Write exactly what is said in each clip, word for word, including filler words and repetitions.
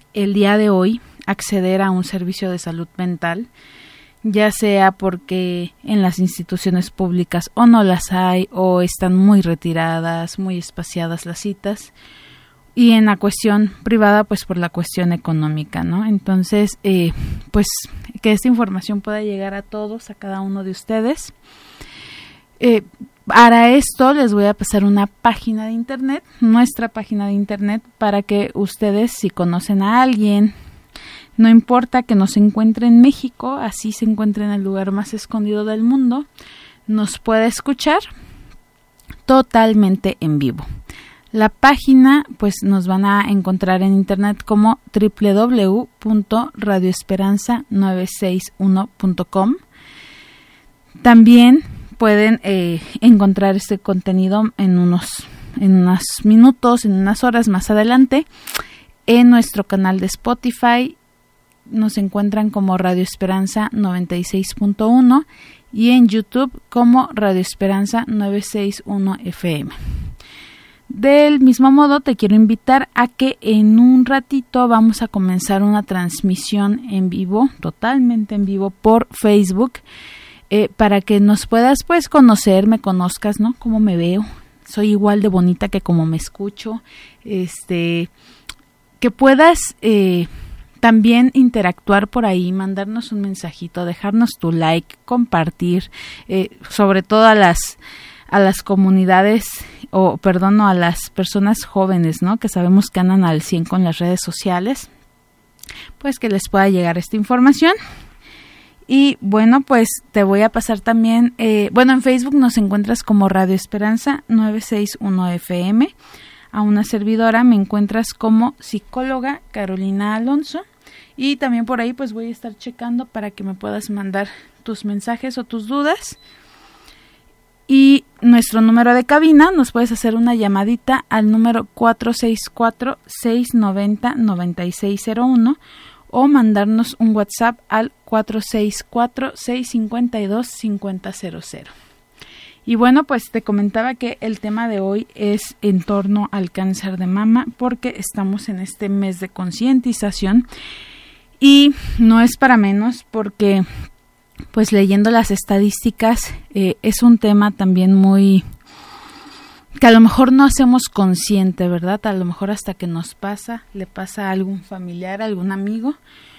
el día de hoy acceder a un servicio de salud mental, ya sea porque en las instituciones públicas o no las hay o están muy retiradas, muy espaciadas las citas, y en la cuestión privada pues por la cuestión económica, ¿no? Entonces, eh, pues que esta información pueda llegar a todos, a cada uno de ustedes. Eh, para esto les voy a pasar una página de internet, nuestra página de internet, para que ustedes, si conocen a alguien, no importa que nos encuentre en México, así se encuentre en el lugar más escondido del mundo, nos pueda escuchar totalmente en vivo. La página, pues nos van a encontrar en internet como doble u doble u doble u punto radio esperanza nueve seis uno punto com. También pueden eh, encontrar este contenido en unos, en unos minutos, en unas horas más adelante, en nuestro canal de Spotify. Nos encuentran como Radio Esperanza noventa y seis punto uno y en YouTube como Radio Esperanza novecientos sesenta y uno F M. Del mismo modo, te quiero invitar a que en un ratito vamos a comenzar una transmisión en vivo, totalmente en vivo por Facebook, eh, para que nos puedas pues conocer, me conozcas, ¿no? Cómo me veo. Soy igual de bonita que como me escucho. Este, que puedas eh, también interactuar por ahí, mandarnos un mensajito, dejarnos tu like, compartir, eh, sobre todo a las a las comunidades, o perdón, a las personas jóvenes, ¿no? Que sabemos que andan al cien con las redes sociales, pues que les pueda llegar esta información. Y bueno, pues te voy a pasar también, eh, bueno, en Facebook nos encuentras como Radio Esperanza novecientos sesenta y uno F M. A una servidora me encuentras como psicóloga Carolina Alonso. Y también por ahí pues voy a estar checando para que me puedas mandar tus mensajes o tus dudas. Y nuestro número de cabina, nos puedes hacer una llamadita al número cuatro seis cuatro, seis nueve cero, nueve seis cero uno o mandarnos un WhatsApp al cuatro seis cuatro, seis cinco dos, cinco cero cero cero. Y bueno, pues te comentaba que el tema de hoy es en torno al cáncer de mama, porque estamos en este mes de concientización y no es para menos, porque pues leyendo las estadísticas eh, es un tema también muy que a lo mejor no hacemos consciente, ¿verdad? A lo mejor hasta que nos pasa, le pasa a algún familiar, a algún amigo,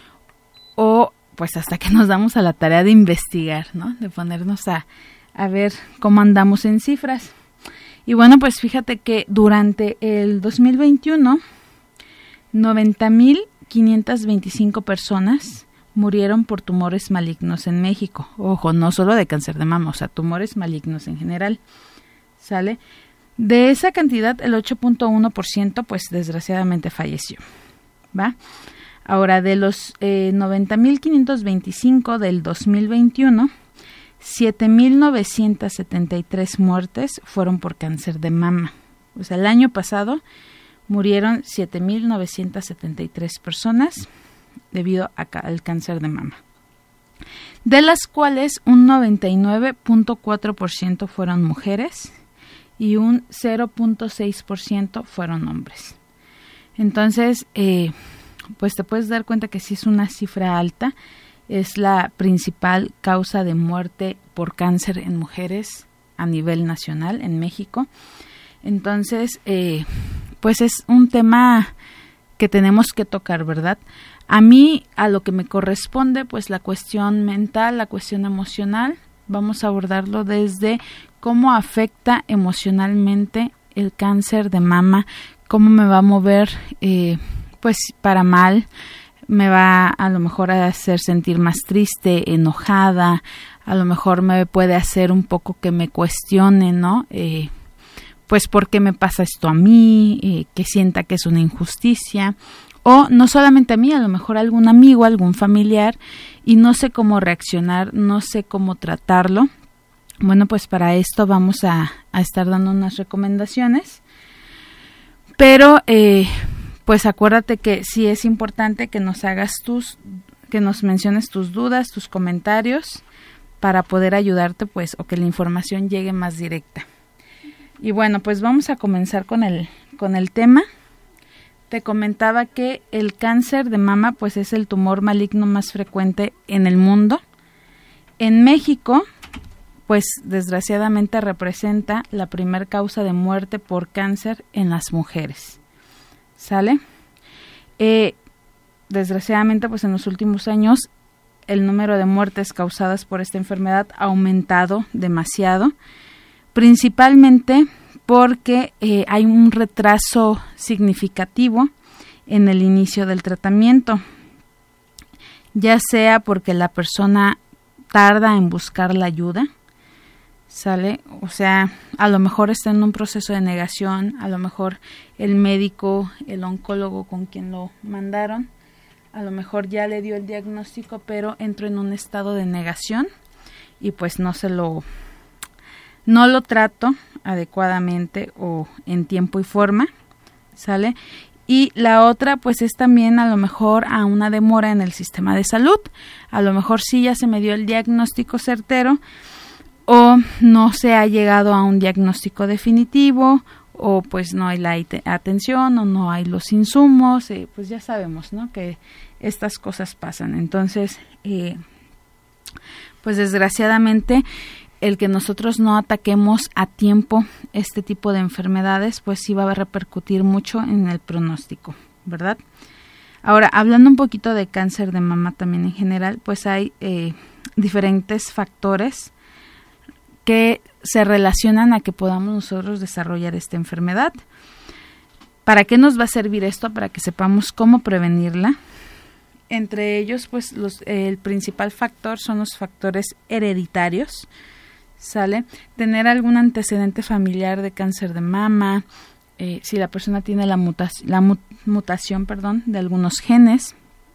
o pues hasta que nos damos a la tarea de investigar, ¿no? De ponernos a, a ver cómo andamos en cifras. Y bueno, pues fíjate que durante el dos mil veintiuno, noventa mil quinientas veinticinco personas murieron por tumores malignos en México. Ojo, no solo de cáncer de mama, o sea, tumores malignos en general. ¿Sale? De esa cantidad, el ocho punto uno por ciento, pues desgraciadamente falleció. ¿Va? Ahora, de los eh, noventa mil quinientos veinticinco del dos mil veintiuno, siete mil novecientos setenta y tres muertes fueron por cáncer de mama. O sea, el año pasado murieron siete mil novecientos setenta y tres personas debido a, al cáncer de mama, de las cuales un noventa y nueve punto cuatro por ciento fueron mujeres y un cero punto seis por ciento fueron hombres. Entonces, eh, pues te puedes dar cuenta que sí es una cifra alta, es la principal causa de muerte por cáncer en mujeres a nivel nacional en México. Entonces, eh, pues es un tema que tenemos que tocar, ¿verdad? A mí, a lo que me corresponde, pues la cuestión mental, la cuestión emocional, vamos a abordarlo desde cómo afecta emocionalmente el cáncer de mama, cómo me va a mover, eh, pues para mal, me va a lo mejor a hacer sentir más triste, enojada, a lo mejor me puede hacer un poco que me cuestione, ¿no? Eh, pues ¿por qué me pasa esto a mí? Eh, que sienta que es una injusticia. O no solamente a mí, a lo mejor a algún amigo, algún familiar, y no sé cómo reaccionar, no sé cómo tratarlo. Bueno, pues para esto vamos a, a estar dando unas recomendaciones. Pero, eh, pues acuérdate que sí es importante que nos hagas tus, que nos menciones tus dudas, tus comentarios, para poder ayudarte, pues, o que la información llegue más directa. Y bueno, pues vamos a comenzar con el, con el tema. te comentaba que el cáncer de mama pues es el tumor maligno más frecuente en el mundo. En México, pues desgraciadamente representa la primer causa de muerte por cáncer en las mujeres. ¿Sale? Eh, desgraciadamente, pues en los últimos años el número de muertes causadas por esta enfermedad ha aumentado demasiado, principalmente porque eh, hay un retraso significativo en el inicio del tratamiento, ya sea porque la persona tarda en buscar la ayuda, ¿sale? O sea, a lo mejor está en un proceso de negación, a lo mejor el médico, el oncólogo con quien lo mandaron, a lo mejor ya le dio el diagnóstico, pero entró en un estado de negación y pues no se lo, no lo trato adecuadamente o en tiempo y forma, ¿sale? Y la otra pues es también a lo mejor a una demora en el sistema de salud, a lo mejor sí ya se me dio el diagnóstico certero, o no se ha llegado a un diagnóstico definitivo, o pues no hay la atención, o no hay los insumos, eh, pues ya sabemos, ¿no?, que estas cosas pasan. Entonces, eh, pues desgraciadamente, el que nosotros no ataquemos a tiempo este tipo de enfermedades, pues sí va a repercutir mucho en el pronóstico, ¿verdad? Ahora, hablando un poquito de cáncer de mama también en general, pues hay eh, diferentes factores que se relacionan a que podamos nosotros desarrollar esta enfermedad. ¿Para qué nos va a servir esto? Para que sepamos cómo prevenirla. Entre ellos, pues los, eh, el principal factor son los factores hereditarios, ¿sale? Tener algún antecedente familiar de cáncer de mama, eh, si la persona tiene la, muta- la mut- mutación perdón, de algunos genes.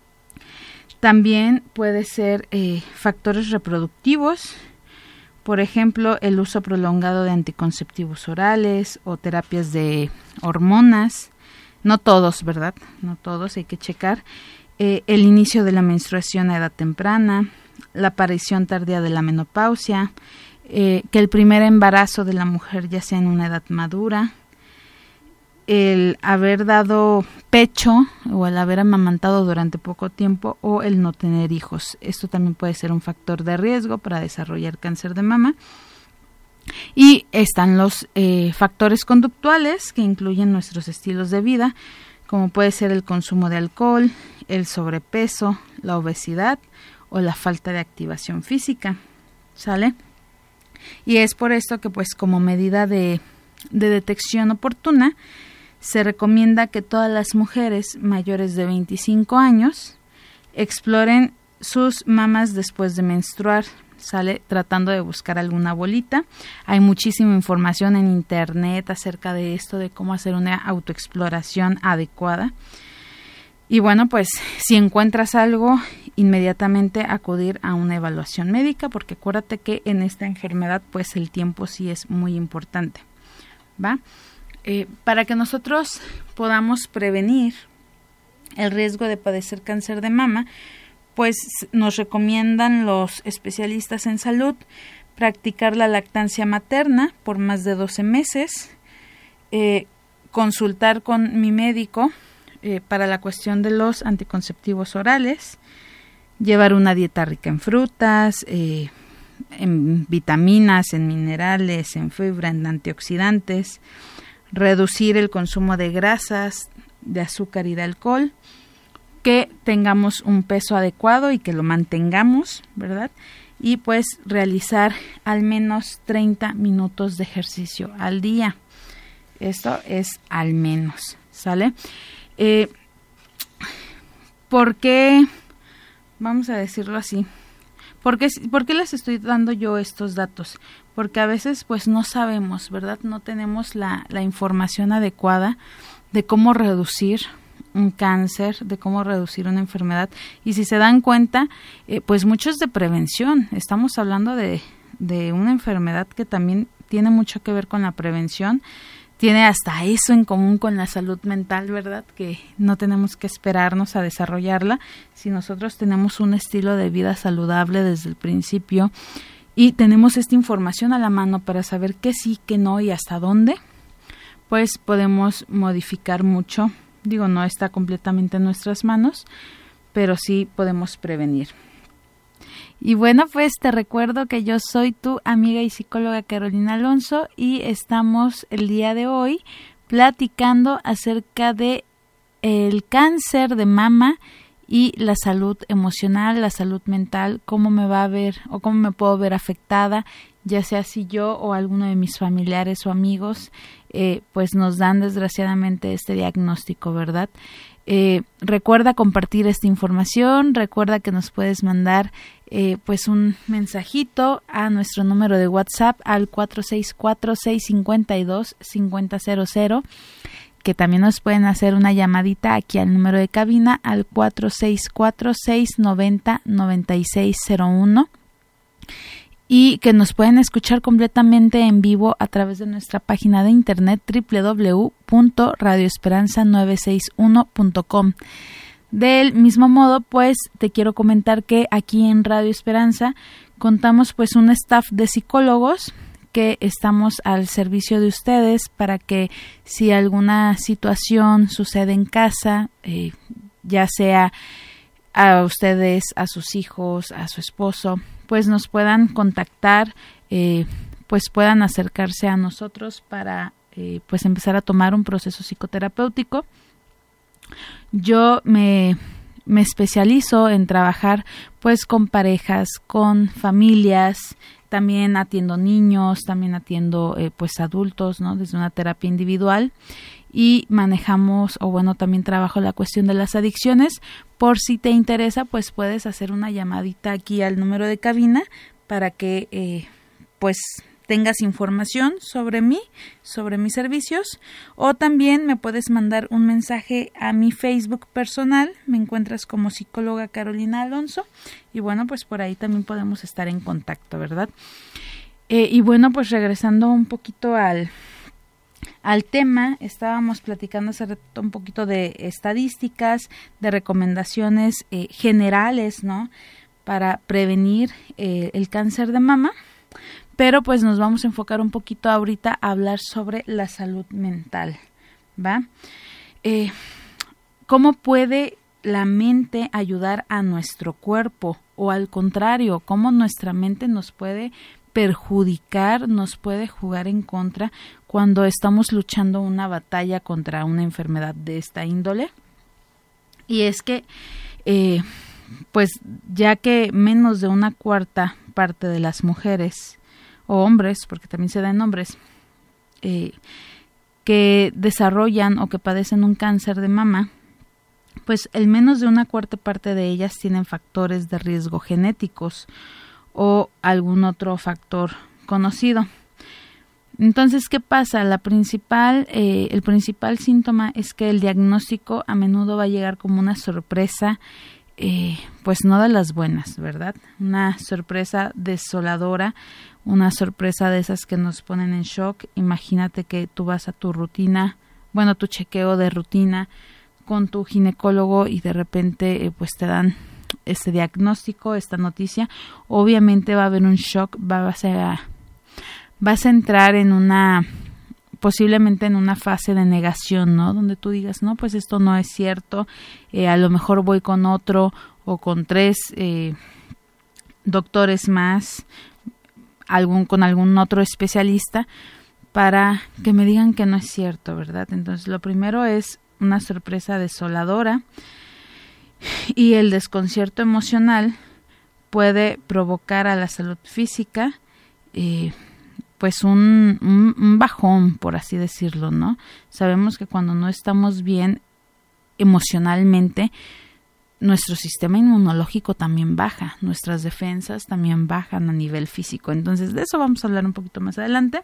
También puede ser eh, factores reproductivos, por ejemplo, el uso prolongado de anticonceptivos orales o terapias de hormonas. No todos, ¿verdad? No todos, hay que checar. Eh, el inicio de la menstruación a edad temprana, la aparición tardía de la menopausia, eh, que el primer embarazo de la mujer ya sea en una edad madura, el haber dado pecho o el haber amamantado durante poco tiempo o el no tener hijos. Esto también puede ser un factor de riesgo para desarrollar cáncer de mama. Y están los eh, factores conductuales que incluyen nuestros estilos de vida, como puede ser el consumo de alcohol, el sobrepeso, la obesidad o la falta de activación física, ¿sale? Y es por esto que pues como medida de, de detección oportuna se recomienda que todas las mujeres mayores de veinticinco años exploren sus mamas después de menstruar, ¿sale? Tratando de buscar alguna bolita. Hay muchísima información en internet acerca de esto, de cómo hacer una autoexploración adecuada. Y bueno, pues si encuentras algo, inmediatamente acudir a una evaluación médica, porque acuérdate que en esta enfermedad pues el tiempo sí es muy importante, ¿va? Eh, para que nosotros podamos prevenir el riesgo de padecer cáncer de mama, pues nos recomiendan los especialistas en salud practicar la lactancia materna por más de doce meses, eh, consultar con mi médico eh, para la cuestión de los anticonceptivos orales, llevar una dieta rica en frutas, eh, en vitaminas, en minerales, en fibra, en antioxidantes, reducir el consumo de grasas, de azúcar y de alcohol, que tengamos un peso adecuado y que lo mantengamos, ¿verdad? Y pues realizar al menos treinta minutos de ejercicio al día. Esto es al menos, ¿sale? Eh, ¿Por qué? Vamos a decirlo así. ¿Por qué, ¿Por qué les estoy dando yo estos datos? Porque a veces pues no sabemos, ¿verdad? No tenemos la, la información adecuada de cómo reducir un cáncer, de cómo reducir una enfermedad. Y si se dan cuenta, eh, pues mucho es de prevención. Estamos hablando de, de una enfermedad que también tiene mucho que ver con la prevención. Tiene hasta eso en común con la salud mental, ¿verdad? Que no tenemos que esperarnos a desarrollarla. Si nosotros tenemos un estilo de vida saludable desde el principio y tenemos esta información a la mano para saber qué sí, qué no y hasta dónde, pues podemos modificar mucho Digo, no está completamente en nuestras manos, pero sí podemos prevenir. Y bueno, pues te recuerdo que yo soy tu amiga y psicóloga Carolina Alonso y estamos el día de hoy platicando acerca de el cáncer de mama y la salud emocional, la salud mental, cómo me va a ver o cómo me puedo ver afectada, ya sea si yo o alguno de mis familiares o amigos eh, pues nos dan desgraciadamente este diagnóstico, ¿verdad? Eh, recuerda compartir esta información, recuerda que nos puedes mandar eh, pues un mensajito a nuestro número de WhatsApp al cuatro seis cuatro, seis cinco dos, cinco cero cero cero, que también nos pueden hacer una llamadita aquí al número de cabina al cuatro seis cuatro, seis nueve cero, nueve seis cero uno, y que nos pueden escuchar completamente en vivo a través de nuestra página de internet doble u doble u doble u punto radio esperanza nueve seis uno punto com. Del mismo modo, pues te quiero comentar que aquí en Radio Esperanza contamos pues un staff de psicólogos que estamos al servicio de ustedes para que si alguna situación sucede en casa, eh, ya sea a ustedes, a sus hijos, a su esposo, pues nos puedan contactar, eh, pues puedan acercarse a nosotros para eh, pues empezar a tomar un proceso psicoterapéutico. Yo me, me especializo en trabajar pues con parejas, con familias, también atiendo niños, también atiendo eh, pues adultos, ¿no? Desde una terapia individual, y manejamos, o bueno, también trabajo la cuestión de las adicciones. Por si te interesa, pues puedes hacer una llamadita aquí al número de cabina para que eh, pues tengas información sobre mí, sobre mis servicios, o también me puedes mandar un mensaje a mi Facebook personal, me encuentras como psicóloga Carolina Alonso, y bueno, pues por ahí también podemos estar en contacto, ¿verdad? Eh, y bueno, pues regresando un poquito al, al tema, estábamos platicando hace rato un poquito de estadísticas, de recomendaciones eh, generales, ¿no?, para prevenir eh, el cáncer de mama. Pero pues nos vamos a enfocar un poquito ahorita a hablar sobre la salud mental, ¿va? Eh, ¿Cómo puede la mente ayudar a nuestro cuerpo? O al contrario, ¿cómo nuestra mente nos puede perjudicar, nos puede jugar en contra cuando estamos luchando una batalla contra una enfermedad de esta índole? Y es que, eh, pues ya que menos de una cuarta parte de las mujeres o hombres, porque también se da en hombres, eh, que desarrollan o que padecen un cáncer de mama, pues el menos de una cuarta parte de ellas tienen factores de riesgo genéticos o algún otro factor conocido. Entonces, ¿qué pasa? La principal, eh, el principal síntoma es que el diagnóstico a menudo va a llegar como una sorpresa, eh, pues no de las buenas, ¿verdad? Una sorpresa desoladora, una sorpresa de esas que nos ponen en shock. Imagínate que tú vas a tu rutina, bueno, tu chequeo de rutina con tu ginecólogo y de repente eh, pues te dan este diagnóstico, esta noticia. Obviamente va a haber un shock, vas a, vas a entrar en una, posiblemente en una fase de negación, ¿no? Donde tú digas, no, pues esto no es cierto, eh, a lo mejor voy con otro o con tres eh, doctores más, algún con algún otro especialista para que me digan que no es cierto, ¿verdad? Entonces, lo primero es una sorpresa desoladora, y el desconcierto emocional puede provocar a la salud física eh, pues un, un, un bajón, por así decirlo, ¿no? Sabemos que cuando no estamos bien emocionalmente, nuestro sistema inmunológico también baja, nuestras defensas también bajan a nivel físico. Entonces, de eso vamos a hablar un poquito más adelante.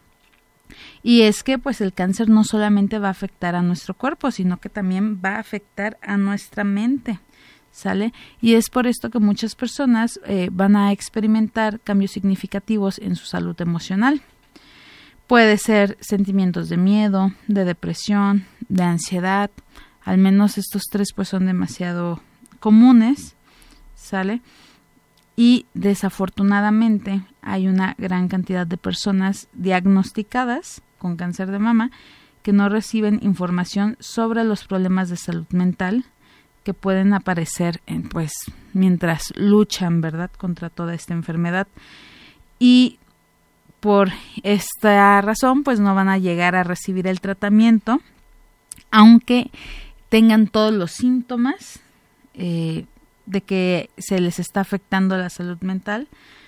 Y es que pues el cáncer no solamente va a afectar a nuestro cuerpo, sino que también va a afectar a nuestra mente, ¿sale? Y es por esto que muchas personas eh, van a experimentar cambios significativos en su salud emocional. Puede ser sentimientos de miedo, de depresión, de ansiedad. Al menos estos tres pues son demasiado comunes, ¿sale? Y desafortunadamente hay una gran cantidad de personas diagnosticadas con cáncer de mama que no reciben información sobre los problemas de salud mental que pueden aparecer en, pues, mientras luchan, ¿verdad?, contra toda esta enfermedad. Y por esta razón, pues no van a llegar a recibir el tratamiento, aunque tengan todos los síntomas eh, de que se les está afectando la salud mental,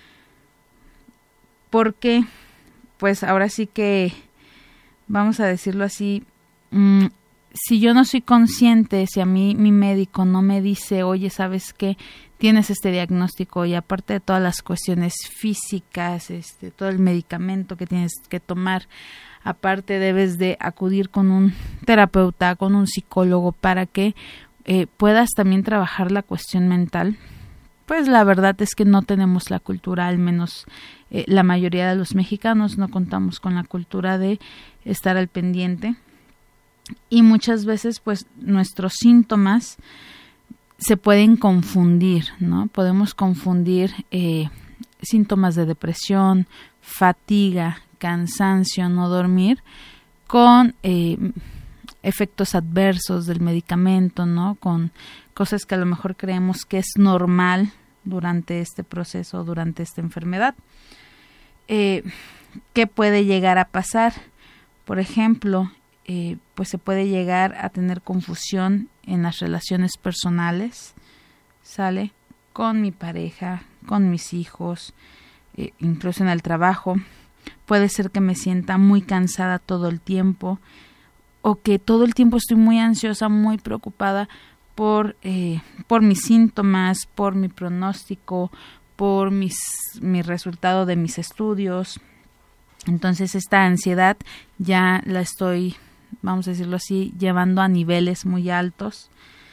porque pues ahora sí que, vamos a decirlo así, mmm, si yo no soy consciente, si a mí mi médico no me dice, oye, ¿sabes qué? Tienes este diagnóstico, y aparte de todas las cuestiones físicas, este, todo el medicamento que tienes que tomar, aparte debes de acudir con un terapeuta, con un psicólogo, para que eh, puedas también trabajar la cuestión mental. Pues la verdad es que no tenemos la cultura, al menos eh, la mayoría de los mexicanos no contamos con la cultura de estar al pendiente, y muchas veces pues nuestros síntomas se pueden confundir, ¿no? Podemos confundir eh, síntomas de depresión, fatiga, cansancio, no dormir, con eh, efectos adversos del medicamento, ¿no? Con cosas que a lo mejor creemos que es normal durante este proceso, durante esta enfermedad. Eh, ¿Qué puede llegar a pasar? Por ejemplo, eh, pues se puede llegar a tener confusión en las relaciones personales, ¿sale? Con mi pareja, con mis hijos, eh, incluso en el trabajo. Puede ser que me sienta muy cansada todo el tiempo, o que todo el tiempo estoy muy ansiosa, muy preocupada por, eh, por mis síntomas, por mi pronóstico, por mis, mi resultado de mis estudios. Entonces esta ansiedad ya la estoy, vamos a decirlo así, llevando a niveles muy altos.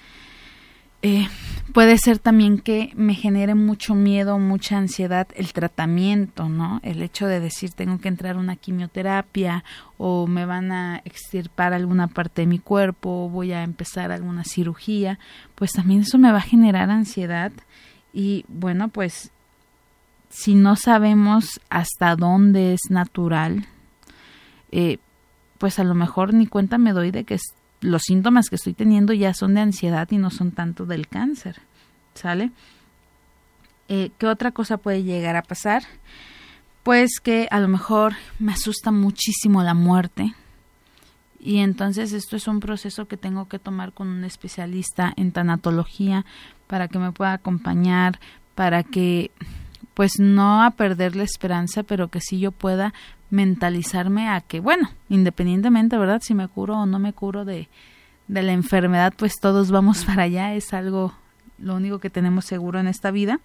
Eh, puede ser también que me genere mucho miedo, mucha ansiedad el tratamiento, ¿no? El hecho de decir tengo que entrar a una quimioterapia, o me van a extirpar alguna parte de mi cuerpo, o voy a empezar alguna cirugía, pues también eso me va a generar ansiedad. Y bueno, pues si no sabemos hasta dónde es natural, eh, pues a lo mejor ni cuenta me doy de que es, los síntomas que estoy teniendo ya son de ansiedad y no son tanto del cáncer, ¿sale? Eh, ¿Qué otra cosa puede llegar a pasar? Pues que a lo mejor me asusta muchísimo la muerte, y entonces esto es un proceso que tengo que tomar con un especialista en tanatología para que me pueda acompañar, para que pues no a perder la esperanza, pero que sí yo pueda mentalizarme a que, bueno, independientemente, ¿verdad?, si me curo o no me curo de, de la enfermedad, pues todos vamos para allá, es algo, lo único que tenemos seguro en esta vida.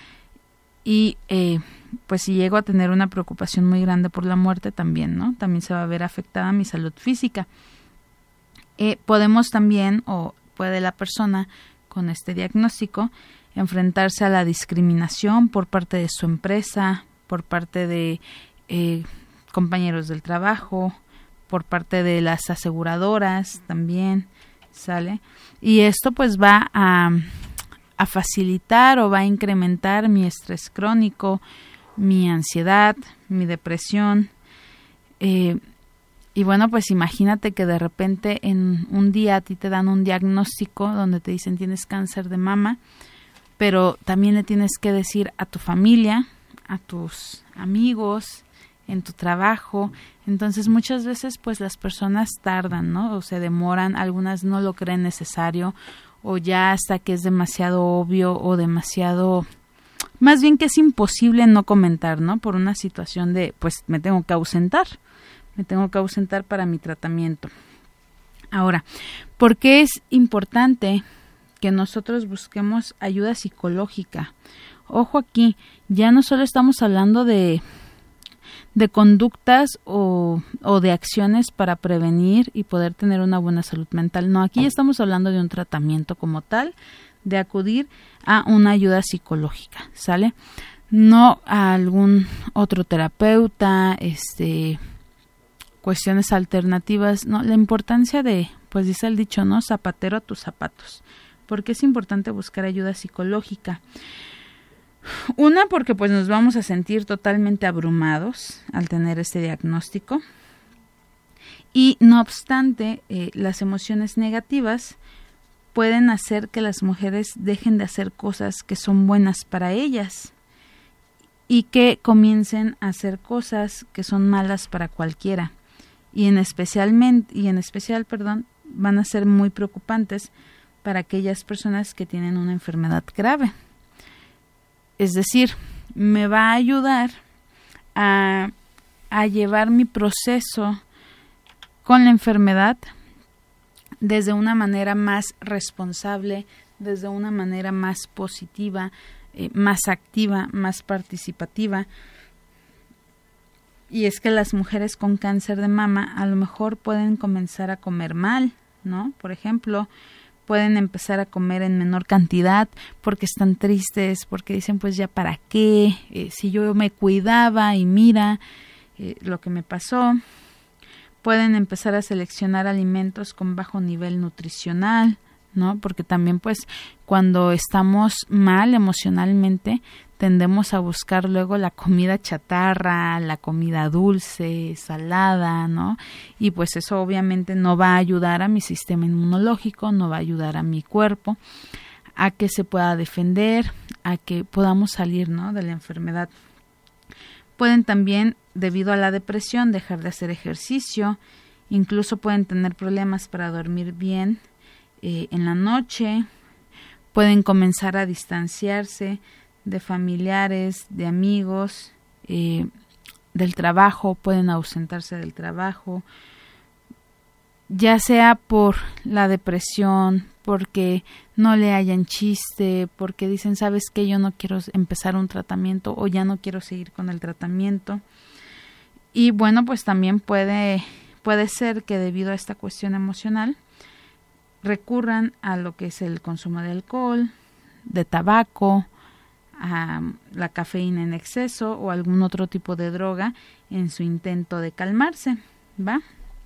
Y eh, pues si llego a tener una preocupación muy grande por la muerte también, ¿no? También se va a ver afectada mi salud física. Eh, podemos también, o puede la persona con este diagnóstico, enfrentarse a la discriminación por parte de su empresa, por parte de eh, compañeros del trabajo, por parte de las aseguradoras también, ¿sale? Y esto pues va a, a facilitar o va a incrementar mi estrés crónico, mi ansiedad, mi depresión. Eh, y bueno, pues imagínate que de repente en un día a ti te dan un diagnóstico donde te dicen tienes cáncer de mama, pero también le tienes que decir a tu familia, a tus amigos, en tu trabajo. Entonces muchas veces pues las personas tardan, ¿no? O se demoran, algunas no lo creen necesario, o ya hasta que es demasiado obvio o demasiado, más bien que es imposible no comentar, ¿no? Por una situación de pues me tengo que ausentar, me tengo que ausentar para mi tratamiento. Ahora, ¿por qué es importante que nosotros busquemos ayuda psicológica? Ojo aquí, ya no solo estamos hablando de, de conductas o, o de acciones para prevenir y poder tener una buena salud mental. No, aquí ya estamos hablando de un tratamiento como tal, de acudir a una ayuda psicológica, ¿sale? No a algún otro terapeuta, este, cuestiones alternativas. No, la importancia de, pues dice el dicho, ¿no? Zapatero a tus zapatos. ¿Por qué es importante buscar ayuda psicológica? Una, porque pues nos vamos a sentir totalmente abrumados al tener este diagnóstico. Y no obstante, eh, las emociones negativas pueden hacer que las mujeres dejen de hacer cosas que son buenas para ellas y que comiencen a hacer cosas que son malas para cualquiera. Y en especialmente, y en especial, perdón, van a ser muy preocupantes para aquellas personas que tienen una enfermedad grave. Es decir, me va a ayudar a, a llevar mi proceso con la enfermedad desde una manera más responsable, desde una manera más positiva, eh, más activa, más participativa. Y es que las mujeres con cáncer de mama a lo mejor pueden comenzar a comer mal, ¿no? Por ejemplo, pueden empezar a comer en menor cantidad porque están tristes, porque dicen, pues ya para qué, eh, si yo me cuidaba y mira eh, lo que me pasó. Pueden empezar a seleccionar alimentos con bajo nivel nutricional, ¿no? Porque también pues cuando estamos mal emocionalmente tendemos a buscar luego la comida chatarra, la comida dulce, salada, ¿no? Y pues eso obviamente no va a ayudar a mi sistema inmunológico, no va a ayudar a mi cuerpo a que se pueda defender, a que podamos salir, ¿no?, de la enfermedad. Pueden también, debido a la depresión, dejar de hacer ejercicio, incluso pueden tener problemas para dormir bien eh, en la noche, pueden comenzar a distanciarse de familiares, de amigos, eh, del trabajo, pueden ausentarse del trabajo, ya sea por la depresión, porque no le hayan chiste, porque dicen, ¿sabes qué? Yo no quiero empezar un tratamiento o ya no quiero seguir con el tratamiento. Y bueno, pues también puede, puede ser que debido a esta cuestión emocional recurran a lo que es el consumo de alcohol, de tabaco, a la cafeína en exceso o algún otro tipo de droga en su intento de calmarse, ¿va?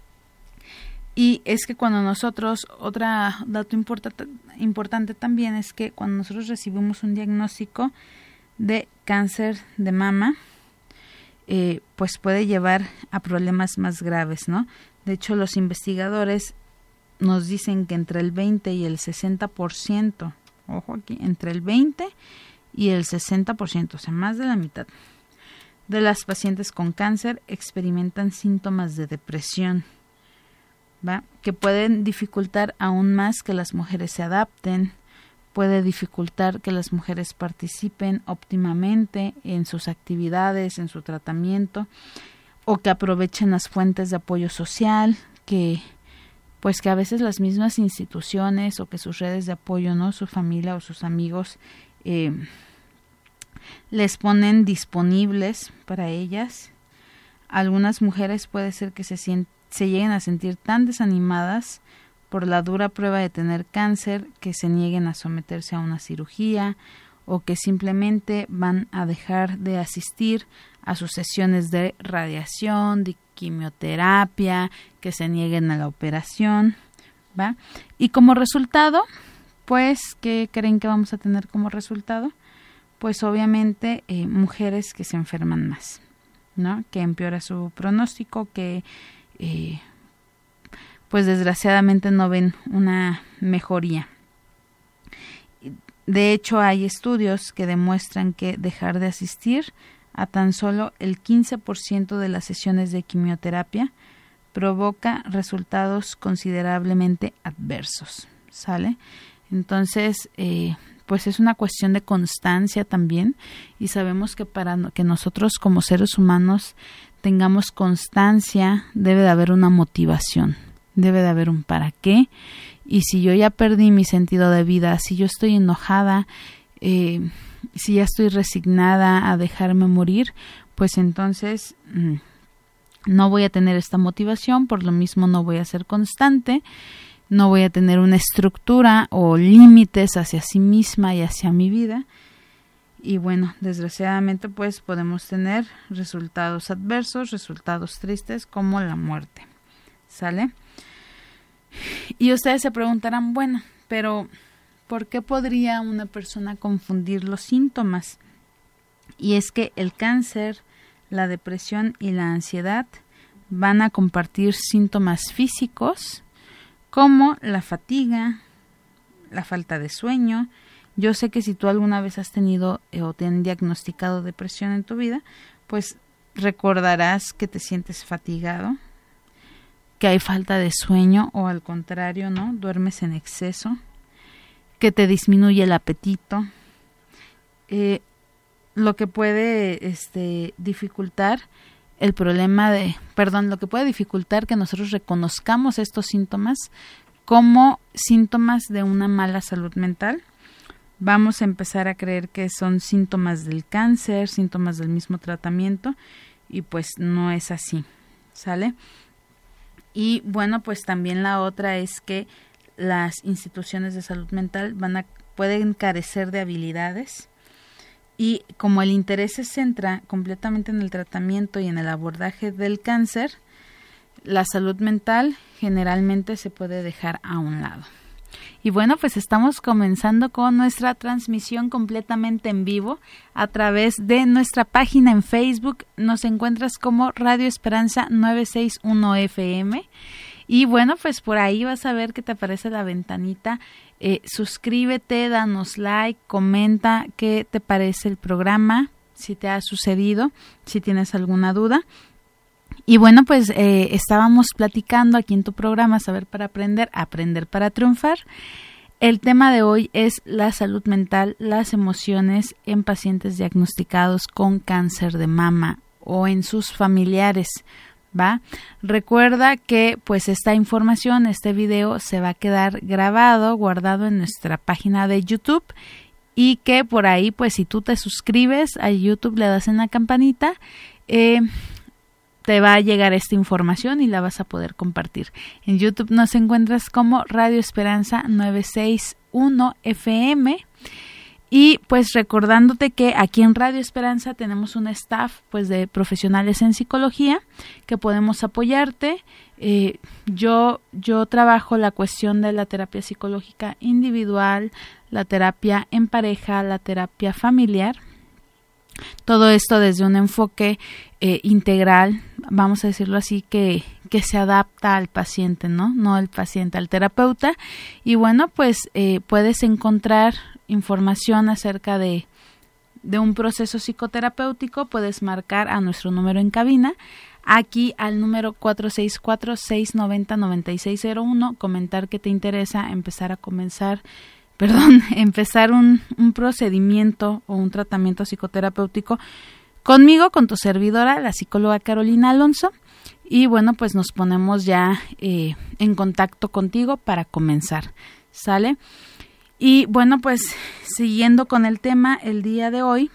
Y es que cuando nosotros, otro dato importa- importante también es que cuando nosotros recibimos un diagnóstico de cáncer de mama, eh, pues puede llevar a problemas más graves, ¿no? De hecho, los investigadores nos dicen que entre el veinte y el sesenta por ciento, ojo aquí, entre el veinte y el sesenta por ciento, o sea, más de la mitad de las pacientes con cáncer experimentan síntomas de depresión, ¿va? Que pueden dificultar aún más que las mujeres se adapten, puede dificultar que las mujeres participen óptimamente en sus actividades, en su tratamiento, o que aprovechen las fuentes de apoyo social, que pues que a veces las mismas instituciones o que sus redes de apoyo, ¿no?, su familia o sus amigos eh, les ponen disponibles para ellas. Algunas mujeres puede ser que se sientan se lleguen a sentir tan desanimadas por la dura prueba de tener cáncer que se nieguen a someterse a una cirugía o que simplemente van a dejar de asistir a sus sesiones de radiación, de quimioterapia, que se nieguen a la operación, ¿va? Y como resultado, pues, ¿qué creen que vamos a tener como resultado? Pues obviamente eh, mujeres que se enferman más, ¿no? Que empeora su pronóstico, que Eh, pues desgraciadamente no ven una mejoría. De hecho, hay estudios que demuestran que dejar de asistir a tan solo el quince por ciento de las sesiones de quimioterapia provoca resultados considerablemente adversos, ¿sale? Entonces, eh, pues es una cuestión de constancia también, y sabemos que para que nosotros como seres humanos tengamos constancia, debe de haber una motivación, debe de haber un para qué. Y si yo ya perdí mi sentido de vida, si yo estoy enojada, eh, si ya estoy resignada a dejarme morir, pues entonces mmm, no voy a tener esta motivación, por lo mismo no voy a ser constante, no voy a tener una estructura o límites hacia sí misma y hacia mi vida. Y bueno, desgraciadamente pues podemos tener resultados adversos, resultados tristes como la muerte, ¿sale? Y ustedes se preguntarán, bueno, pero ¿por qué podría una persona confundir los síntomas? Y es que el cáncer, la depresión y la ansiedad van a compartir síntomas físicos como la fatiga, la falta de sueño. Yo sé que si tú alguna vez has tenido eh, o te han diagnosticado depresión en tu vida, pues recordarás que te sientes fatigado, que hay falta de sueño o al contrario, ¿no? Duermes en exceso, que te disminuye el apetito, eh, lo que puede este, dificultar el problema de, perdón, lo que puede dificultar que nosotros reconozcamos estos síntomas como síntomas de una mala salud mental. Vamos a empezar a creer que son síntomas del cáncer, síntomas del mismo tratamiento, y pues no es así, ¿sale? Y bueno, pues también la otra es que las instituciones de salud mental van a, pueden carecer de habilidades, y como el interés se centra completamente en el tratamiento y en el abordaje del cáncer, la salud mental generalmente se puede dejar a un lado. Y bueno, pues estamos comenzando con nuestra transmisión completamente en vivo a través de nuestra página en Facebook. Nos encuentras como Radio Esperanza novecientos sesenta y uno F M. Y bueno, pues por ahí vas a ver que te aparece la ventanita. Eh, suscríbete, danos like, comenta qué te parece el programa, si te ha sucedido, si tienes alguna duda. Y bueno, pues eh, estábamos platicando aquí en tu programa Saber para Aprender, Aprender para Triunfar. El tema de hoy es la salud mental, las emociones en pacientes diagnosticados con cáncer de mama o en sus familiares, ¿va? Recuerda que pues esta información, este video se va a quedar grabado, guardado en nuestra página de YouTube, y que por ahí pues si tú te suscribes a YouTube, le das en la campanita, eh, te va a llegar esta información y la vas a poder compartir. En YouTube nos encuentras como Radio Esperanza novecientos sesenta y uno F M. Y pues recordándote que aquí en Radio Esperanza tenemos un staff pues de profesionales en psicología que podemos apoyarte. Eh, yo, yo trabajo la cuestión de la terapia psicológica individual, la terapia en pareja, la terapia familiar. Todo esto desde un enfoque eh, integral, vamos a decirlo así, que, que se adapta al paciente, ¿no? No el paciente al terapeuta. Y bueno, pues eh, puedes encontrar información acerca de, de un proceso psicoterapéutico. Puedes marcar a nuestro número en cabina, aquí al número cuatro seis cuatro, seis nueve cero, nueve seis cero uno, comentar que te interesa empezar a comenzar Perdón, empezar un, un procedimiento o un tratamiento psicoterapéutico conmigo, con tu servidora, la psicóloga Carolina Alonso. Y bueno, pues nos ponemos ya eh, en contacto contigo para comenzar, ¿sale? Y bueno, pues siguiendo con el tema, el día de hoy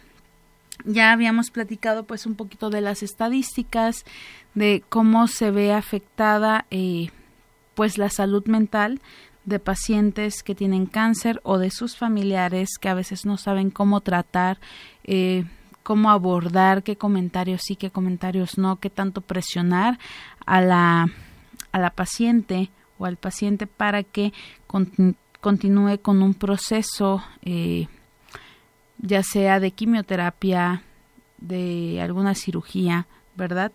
ya habíamos platicado pues un poquito de las estadísticas, de cómo se ve afectada eh, pues la salud mental de pacientes que tienen cáncer o de sus familiares que a veces no saben cómo tratar, eh, cómo abordar, qué comentarios sí, qué comentarios no, qué tanto presionar a la, a la paciente o al paciente para que con, continúe con un proceso, eh, ya sea de quimioterapia, de alguna cirugía, ¿verdad?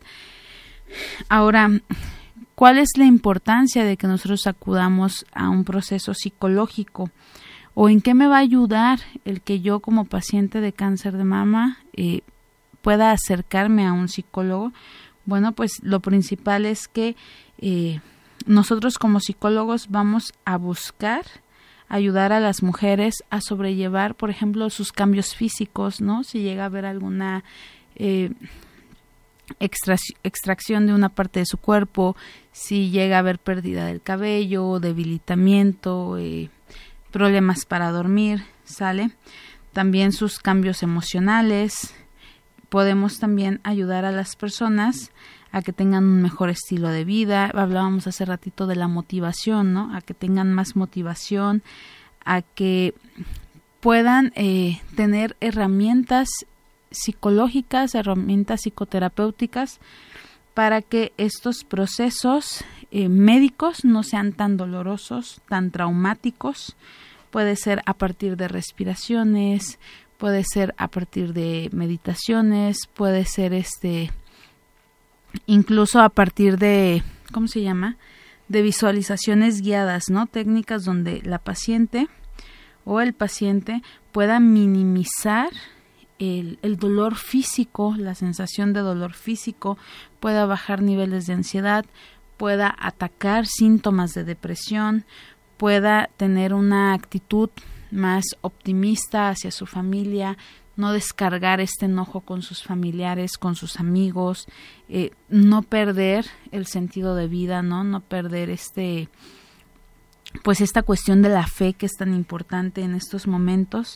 Ahora, ¿cuál es la importancia de que nosotros acudamos a un proceso psicológico? ¿O en qué me va a ayudar el que yo como paciente de cáncer de mama eh, pueda acercarme a un psicólogo? Bueno, pues lo principal es que eh, nosotros como psicólogos vamos a buscar ayudar a las mujeres a sobrellevar, por ejemplo, sus cambios físicos, ¿no? Si llega a haber alguna eh, Extra, extracción de una parte de su cuerpo, si llega a haber pérdida del cabello, debilitamiento, eh, problemas para dormir, ¿sale? También sus cambios emocionales. Podemos también ayudar a las personas a que tengan un mejor estilo de vida. Hablábamos hace ratito de la motivación, ¿no? A que tengan más motivación, a que puedan eh, tener herramientas psicológicas, herramientas psicoterapéuticas para que estos procesos eh, médicos no sean tan dolorosos, tan traumáticos. Puede ser a partir de respiraciones, puede ser a partir de meditaciones, puede ser este incluso a partir de, ¿cómo se llama?, de visualizaciones guiadas, ¿no? Técnicas donde la paciente o el paciente pueda minimizar el, el dolor físico, la sensación de dolor físico, pueda bajar niveles de ansiedad, pueda atacar síntomas de depresión, pueda tener una actitud más optimista hacia su familia, no descargar este enojo con sus familiares, con sus amigos, eh, no perder el sentido de vida, ¿no? No perder este, pues esta cuestión de la fe que es tan importante en estos momentos.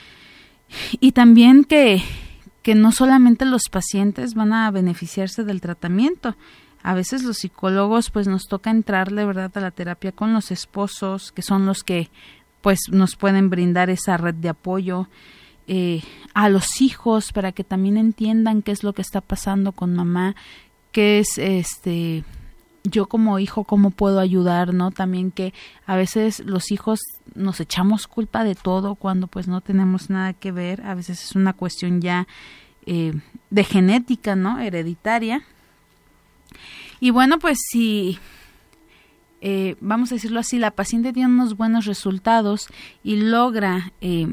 Y también que, que no solamente los pacientes van a beneficiarse del tratamiento. A veces los psicólogos pues nos toca entrarle, ¿verdad?, a la terapia con los esposos, que son los que pues nos pueden brindar esa red de apoyo, eh, a los hijos para que también entiendan qué es lo que está pasando con mamá, qué es este yo como hijo cómo puedo ayudar, ¿no? También que a veces los hijos nos echamos culpa de todo cuando pues no tenemos nada que ver, a veces es una cuestión ya eh, de genética, ¿no?, hereditaria. Y bueno, pues si eh, vamos a decirlo así, la paciente tiene unos buenos resultados y logra eh,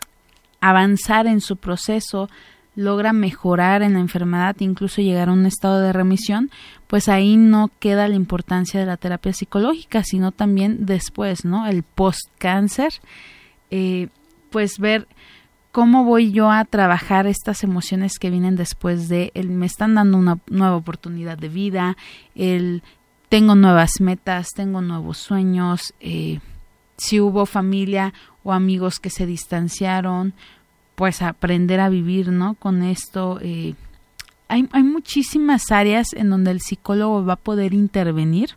avanzar en su proceso, logra mejorar en la enfermedad, incluso llegar a un estado de remisión, pues ahí no queda la importancia de la terapia psicológica, sino también después, ¿no?, el post-cáncer, eh, pues ver cómo voy yo a trabajar estas emociones que vienen después de el me están dando una nueva oportunidad de vida, el tengo nuevas metas, tengo nuevos sueños, eh, si hubo familia o amigos que se distanciaron, pues aprender a vivir, ¿no?, con esto. Eh, hay, hay muchísimas áreas en donde el psicólogo va a poder intervenir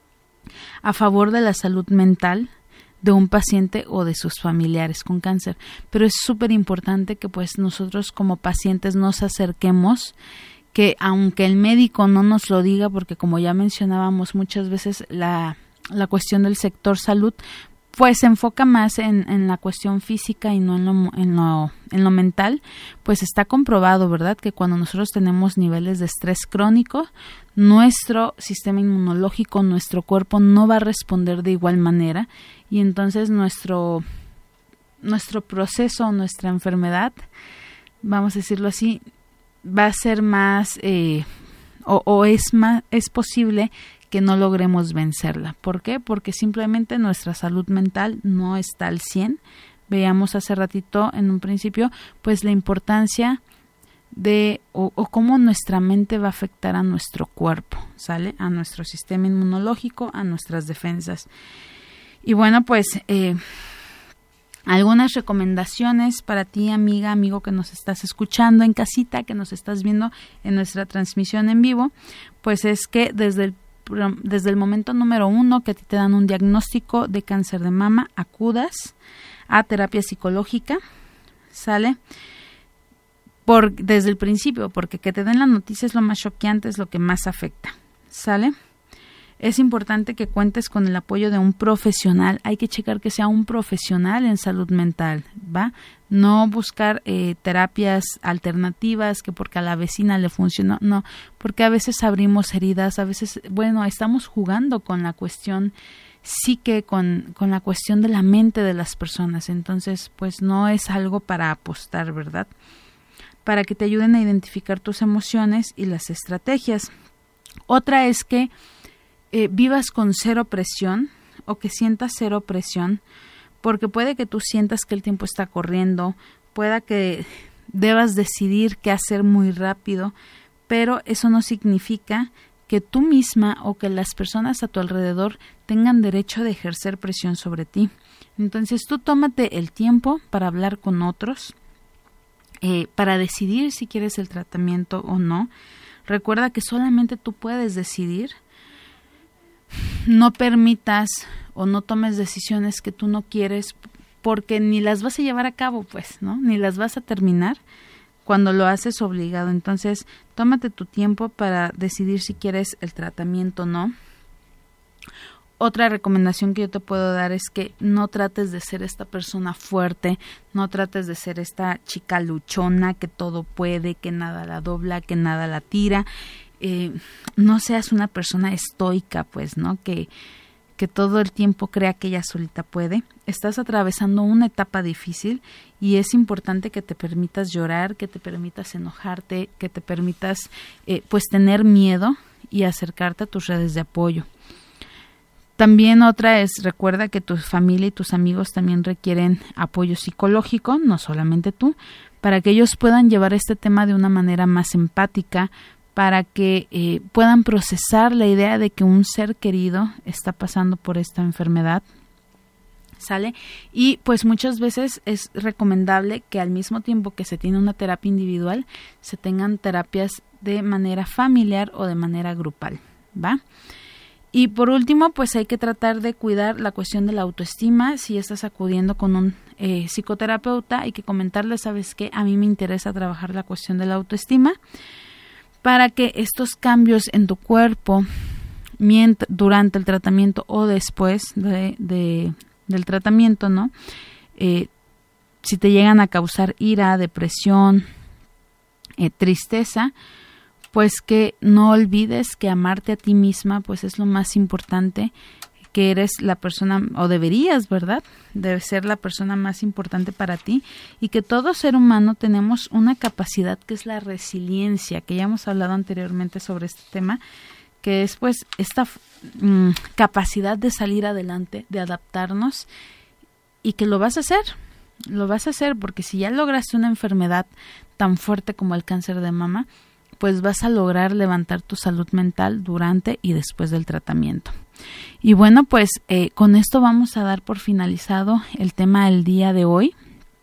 a favor de la salud mental de un paciente o de sus familiares con cáncer, pero es súper importante que pues nosotros como pacientes nos acerquemos, que aunque el médico no nos lo diga, porque como ya mencionábamos muchas veces la, la cuestión del sector salud pues se enfoca más en, en la cuestión física y no en lo, en lo en lo mental, pues está comprobado, ¿verdad?, que cuando nosotros tenemos niveles de estrés crónico, nuestro sistema inmunológico, nuestro cuerpo no va a responder de igual manera y entonces nuestro nuestro proceso, nuestra enfermedad, vamos a decirlo así, va a ser más eh, o, o es más es posible que no logremos vencerla. ¿Por qué? Porque simplemente nuestra salud mental no está al cien. Veíamos hace ratito en un principio, pues la importancia de o, o cómo nuestra mente va a afectar a nuestro cuerpo, ¿sale? A nuestro sistema inmunológico, a nuestras defensas. Y bueno, pues eh, algunas recomendaciones para ti, amiga, amigo que nos estás escuchando en casita, que nos estás viendo en nuestra transmisión en vivo, pues es que desde el desde el momento número uno que a ti te dan un diagnóstico de cáncer de mama, acudas a terapia psicológica, ¿sale? Por, desde el principio, porque que te den la noticia es lo más choqueante, es lo que más afecta, ¿sale? Es importante que cuentes con el apoyo de un profesional, hay que checar que sea un profesional en salud mental, ¿va? No buscar eh, terapias alternativas que porque a la vecina le funcionó, no, porque a veces abrimos heridas, a veces, bueno, estamos jugando con la cuestión psique, con, con la cuestión de la mente de las personas, entonces pues no es algo para apostar, ¿verdad? Para que te ayuden a identificar tus emociones y las estrategias. Otra es que eh, vivas con cero presión o que sientas cero presión, porque puede que tú sientas que el tiempo está corriendo, pueda que debas decidir qué hacer muy rápido, pero eso no significa que tú misma o que las personas a tu alrededor tengan derecho de ejercer presión sobre ti. Entonces tú tómate el tiempo para hablar con otros, eh, para decidir si quieres el tratamiento o no. Recuerda que solamente tú puedes decidir. No permitas o no tomes decisiones que tú no quieres porque ni las vas a llevar a cabo, pues, ¿no? Ni las vas a terminar cuando lo haces obligado. Entonces, tómate tu tiempo para decidir si quieres el tratamiento o no. Otra recomendación que yo te puedo dar es que no trates de ser esta persona fuerte, no trates de ser esta chica luchona que todo puede, que nada la dobla, que nada la tira. eh, no seas una persona estoica, pues, ¿no? Que, que todo el tiempo crea que ella solita puede. Estás atravesando una etapa difícil y es importante que te permitas llorar, que te permitas enojarte, que te permitas, eh, pues, tener miedo y acercarte a tus redes de apoyo. También otra es, recuerda que tu familia y tus amigos también requieren apoyo psicológico, no solamente tú, para que ellos puedan llevar este tema de una manera más empática, para que eh, puedan procesar la idea de que un ser querido está pasando por esta enfermedad, ¿sale? Y pues muchas veces es recomendable que al mismo tiempo que se tiene una terapia individual, se tengan terapias de manera familiar o de manera grupal, ¿va? Y por último, pues hay que tratar de cuidar la cuestión de la autoestima. Si estás acudiendo con un eh, psicoterapeuta, hay que comentarle, ¿sabes qué? A mí me interesa trabajar la cuestión de la autoestima para que estos cambios en tu cuerpo mient- durante el tratamiento o después de, de, del tratamiento, ¿no? Eh, si te llegan a causar ira, depresión, eh, tristeza, pues que no olvides que amarte a ti misma pues es lo más importante, que eres la persona, o deberías, ¿verdad? Debe ser la persona más importante para ti, y que todo ser humano tenemos una capacidad que es la resiliencia, que ya hemos hablado anteriormente sobre este tema, que es pues esta mmm, capacidad de salir adelante, de adaptarnos, y que lo vas a hacer, lo vas a hacer porque si ya lograste una enfermedad tan fuerte como el cáncer de mama, pues vas a lograr levantar tu salud mental durante y después del tratamiento. Y bueno, pues eh, con esto vamos a dar por finalizado el tema del día de hoy,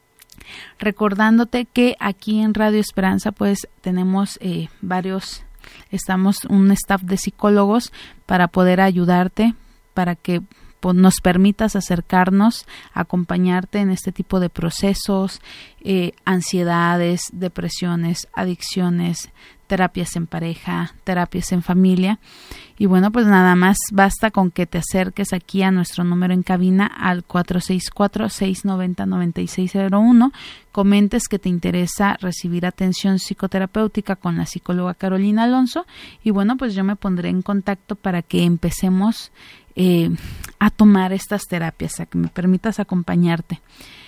recordándote que aquí en Radio Esperanza pues tenemos eh, varios, estamos un staff de psicólogos para poder ayudarte, para que pues, nos permitas acercarnos, acompañarte en este tipo de procesos, eh, ansiedades, depresiones, adicciones, terapias en pareja, terapias en familia. Y bueno, pues nada más basta con que te acerques aquí a nuestro número en cabina al cuatro seis cuatro, seis nueve cero, nueve seis cero uno, comentes que te interesa recibir atención psicoterapéutica con la psicóloga Carolina Alonso, y bueno, pues yo me pondré en contacto para que empecemos eh, a tomar estas terapias, a que me permitas acompañarte.